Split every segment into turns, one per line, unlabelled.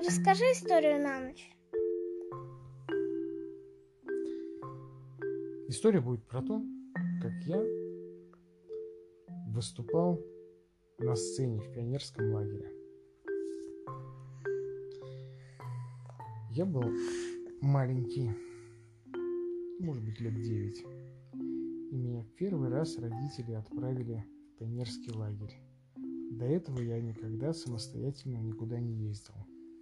Расскажи историю на ночь.
История будет про то, как я выступал на сцене в пионерском лагере. Я был маленький, может быть, лет 9. И меня первый раз родители отправили в пионерский лагерь. До этого я никогда самостоятельно никуда не ездил.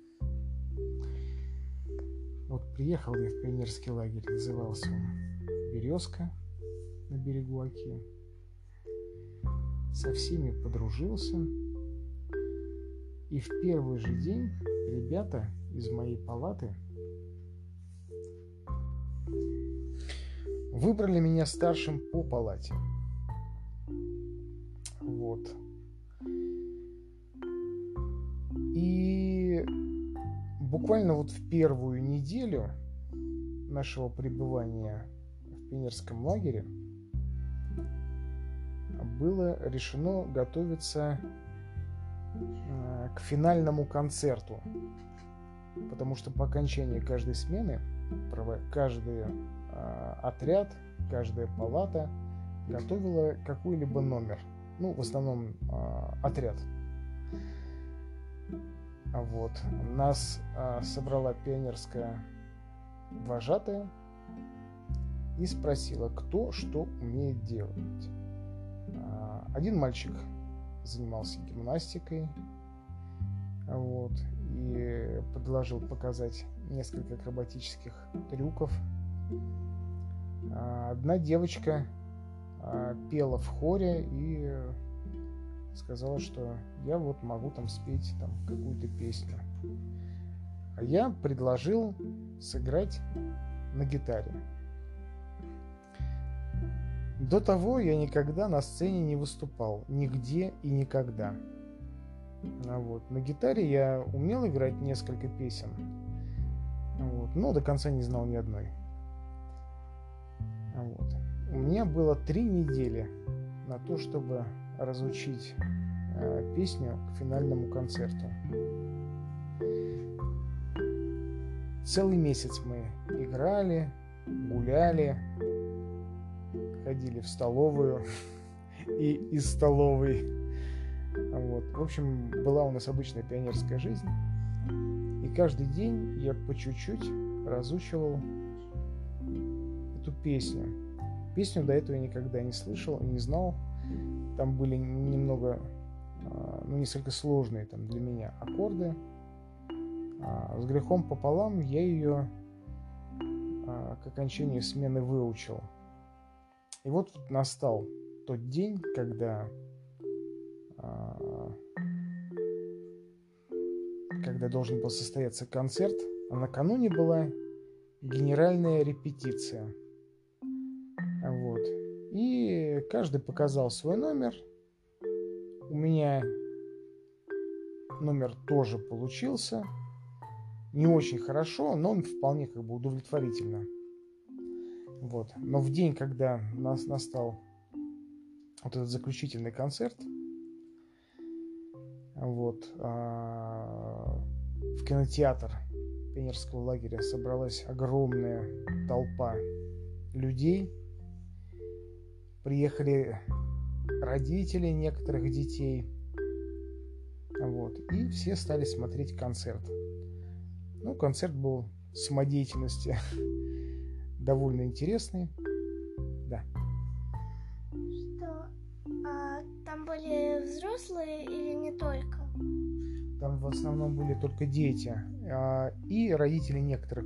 Вот приехал я в пионерский лагерь, назывался он «Березка» на берегу Оки. Со всеми подружился. И в первый же день ребята из моей палаты выбрали меня старшим по палате. Вот. И буквально вот в первую неделю нашего пребывания в пионерском лагере было решено готовиться к финальному концерту, потому что по окончании каждой смены каждый отряд, каждая палата готовила какой-либо номер. Ну, в основном отряд. Вот. Нас собрала пионерская вожатая и спросила, кто что умеет делать. Один мальчик занимался гимнастикой, вот, и предложил показать несколько акробатических трюков. Одна девочка пела в хоре и сказала, что я вот могу там спеть там какую-то песню. А я предложил сыграть на гитаре. До того я никогда на сцене не выступал, нигде и никогда. Вот. На гитаре я умел играть несколько песен, вот, но до конца не знал ни одной. Вот. У меня было 3 недели на то, чтобы разучить песню к финальному концерту. Целый месяц мы играли, гуляли, ходили в столовую и из столовой. Вот. В общем, была у нас обычная пионерская жизнь. И каждый день я по чуть-чуть разучивал эту песню. Песню до этого я никогда не слышал, не знал. Там были несколько сложные там для меня аккорды. С грехом пополам я ее к окончанию смены выучил. И вот настал тот день, когда должен был состояться концерт, а накануне была генеральная репетиция. Вот. И каждый показал свой номер. У меня номер тоже получился. Не очень хорошо, но он вполне удовлетворительно. Вот. Но в день, когда настал вот этот заключительный концерт, вот, в кинотеатр пионерского лагеря собралась огромная толпа людей. Приехали родители некоторых детей. Вот, и все стали смотреть концерт. Ну, концерт был самодеятельности довольно интересный. Да.
Что? Там были взрослые или не только?
Там в основном были только дети и родители некоторых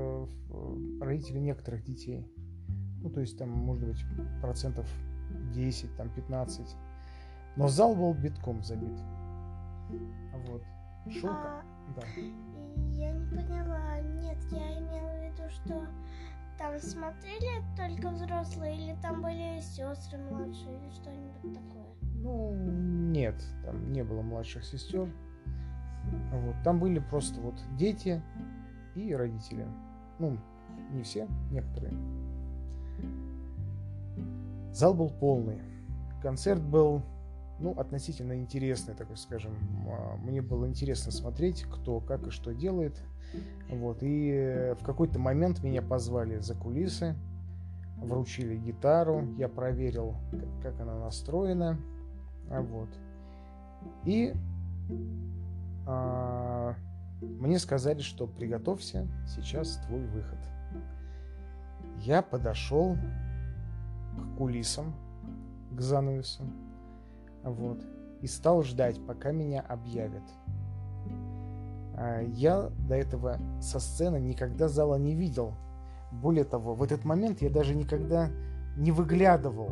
детей. Ну, то есть там, может быть, 10%, там 15%. Но зал был битком забит. Вот. Шелка. Да.
Я не поняла. Нет, я имела в виду, что там смотрели только взрослые, или там были сестры младшие, или что-нибудь такое?
Ну, нет, там не было младших сестер. Вот. Там были просто вот дети и родители. Ну, не все, некоторые. Зал был полный. Концерт был ну, относительно интересный, такой, скажем. Мне было интересно смотреть, кто, как и что делает. Вот. И в какой-то момент меня позвали за кулисы, вручили гитару, я проверил, как она настроена. Вот. И мне сказали, что приготовься, сейчас твой выход. Я подошел к кулисам, к занавесу, вот, и стал ждать, пока меня объявят. Я до этого со сцены никогда зала не видел. Более того, в этот момент я даже никогда не выглядывал,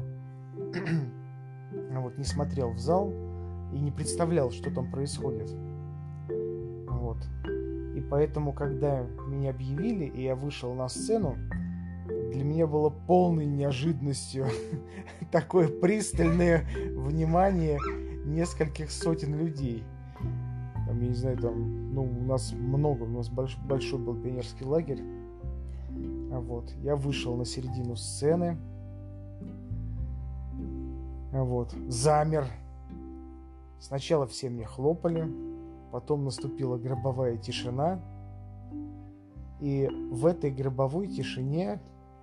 вот, не смотрел в зал и не представлял, что там происходит. Вот. И поэтому, когда меня объявили, и я вышел на сцену, для меня было полной неожиданностью такое пристальное внимание нескольких сотен людей. Там, я не знаю, там, ну, у нас большой был пионерский лагерь. Вот. Я вышел на середину сцены. Вот. Замер. Сначала все мне хлопали, потом наступила гробовая тишина. И в этой гробовой тишине,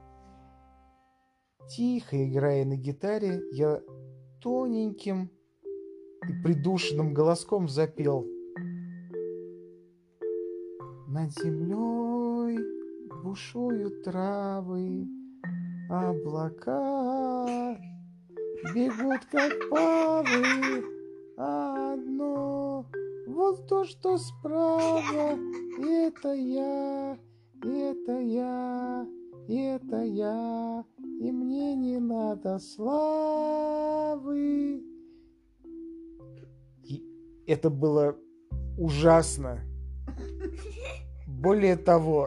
тихо играя на гитаре, я тоненьким и придушенным голоском запел: над землей бушуют травы, облака бегут, как павы, одно вот то, что справа, это я, это я, это я, и мне не надо славы. И это было ужасно. Более того,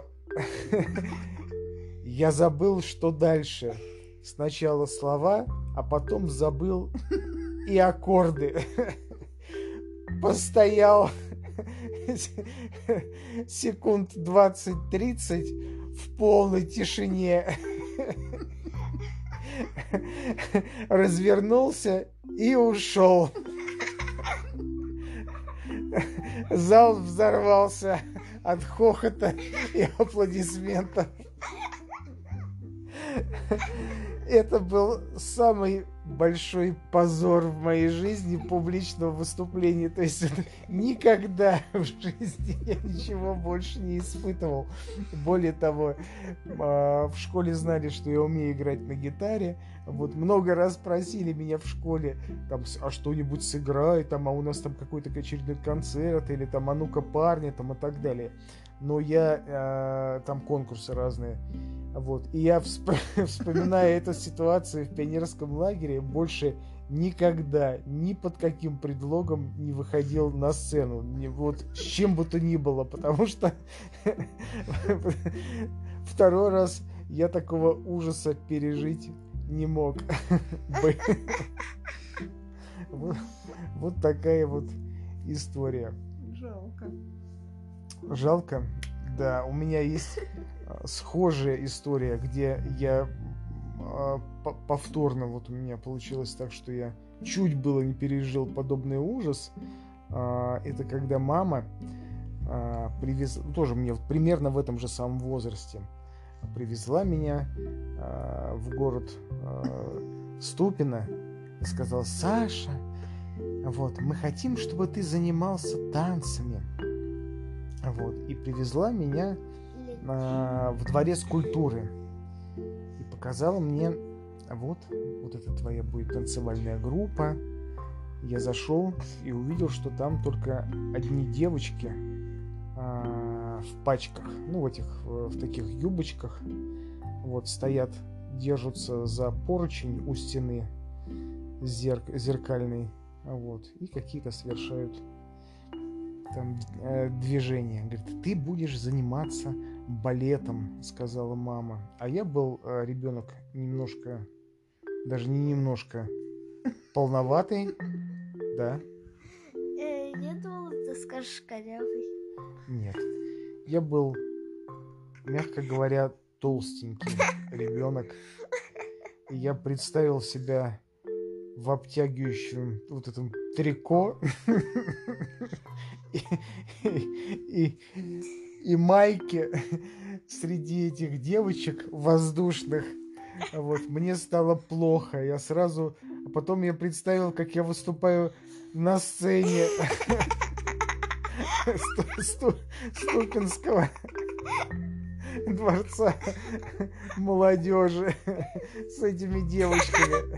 я забыл, что дальше. Сначала слова, а потом забыл и аккорды. Постоял секунд 20-30 в полной тишине. Развернулся и ушел. Зал взорвался от хохота и аплодисментов. Это был самый большой позор в моей жизни публичного выступления. То есть никогда в жизни я ничего больше не испытывал. Более того, в школе знали, что я умею играть на гитаре. Вот много раз просили меня в школе, там, а что-нибудь сыграй, там, а у нас там какой-то очередной концерт, или там, а ну-ка парни, там, и так далее. Но я, там конкурсы разные. Вот. И я, вспоминая эту ситуацию в пионерском лагере, больше никогда, ни под каким предлогом не выходил на сцену. Вот с чем бы то ни было, потому что второй раз я такого ужаса пережить не мог. Вот такая вот история. Жалко. Да, у меня есть схожая история, где я повторно, вот у меня получилось так, что я чуть было не пережил подобный ужас. Это когда мама привезла, тоже мне вот примерно в этом же самом возрасте, привезла меня в город Ступино и сказала: Саша, вот, мы хотим, чтобы ты занимался танцами. Вот, и привезла меня в дворец культуры и показала мне: вот это твоя будет танцевальная группа. Я зашел и увидел, что там только одни девочки в пачках, ну, в таких юбочках, вот, стоят, держатся за поручень у стены зеркальной, вот, и какие-то совершают там движения. Говорит: ты будешь заниматься балетом, сказала мама. А я был ребенок немножко, даже не немножко, полноватый, да.
Я думала, ты скажешь корявый.
Нет. Я был, мягко говоря, толстенький ребенок. И я представил себя в обтягивающем вот этом трико и майке среди этих девочек воздушных. Вот, мне стало плохо. Я сразу... А потом я представил, как я выступаю на сцене Ступинского дворца молодежи с этими девочками.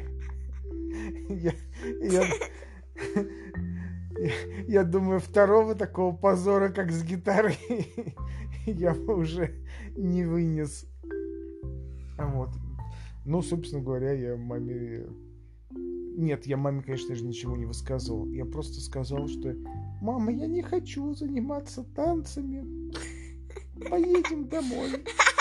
Я думаю, второго такого позора, как с гитарой, я бы уже не вынес. Вот. Ну, собственно говоря, я маме... Нет, я маме, конечно же, ничего не высказывал. Я просто сказал, что «Мама, я не хочу заниматься танцами. Поедем домой».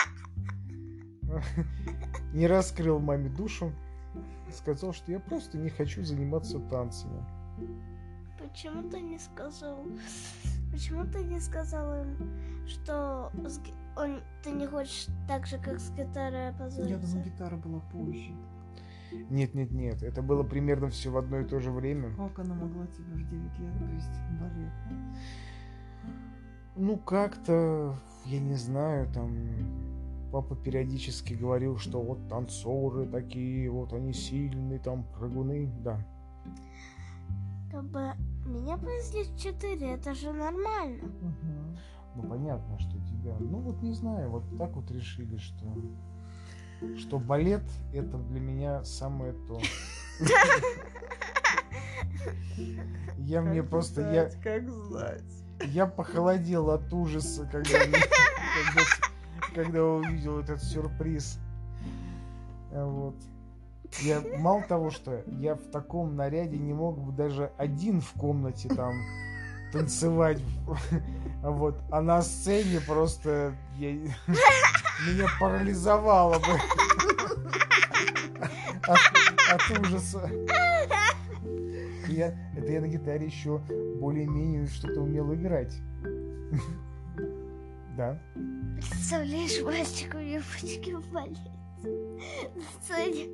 Не раскрыл маме душу. Сказал, что я просто не хочу заниматься танцами.
Почему ты не сказал? Почему ты не сказал им, что ты не хочешь так же, как с гитарой опозориться?
Я думаю, гитара была позже.
Нет. Это было примерно все в одно и то же время.
Как она могла тебе в 9 лет повести в балет?
Ну, как-то, я не знаю, там... Папа периодически говорил, что вот танцоры такие, вот они сильные, там прыгуны, да.
Как бы меня повезли в 4, это же нормально.
Угу.
Ну, понятно, что тебя... Ну, вот не знаю, вот так вот решили, что балет — это для меня самое то.
Как знать.
Я похолодел от ужаса, когда увидел этот сюрприз. Вот. Я мало того, что я в таком наряде не мог бы даже один в комнате там танцевать. Вот. А на сцене просто меня парализовало бы от ужаса. Это я на гитаре еще более-менее что-то умел играть. Да.
Представляешь, мальчик в юбочке в балете на сцене.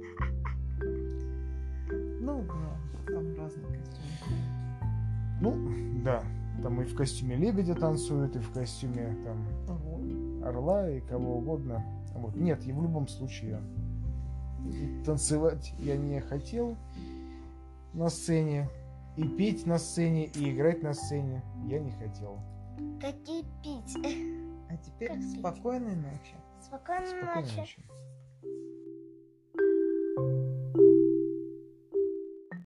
Ну, да, там разные костюмы.
Ну, да. Там и в костюме лебедя танцуют, и в костюме там орла, и кого угодно. Вот. Нет, и в любом случае танцевать я не хотел на сцене. И петь на сцене, и играть на сцене я не хотел.
Как и пить.
А теперь
Как
спокойной ночи.
Спокойной ночи.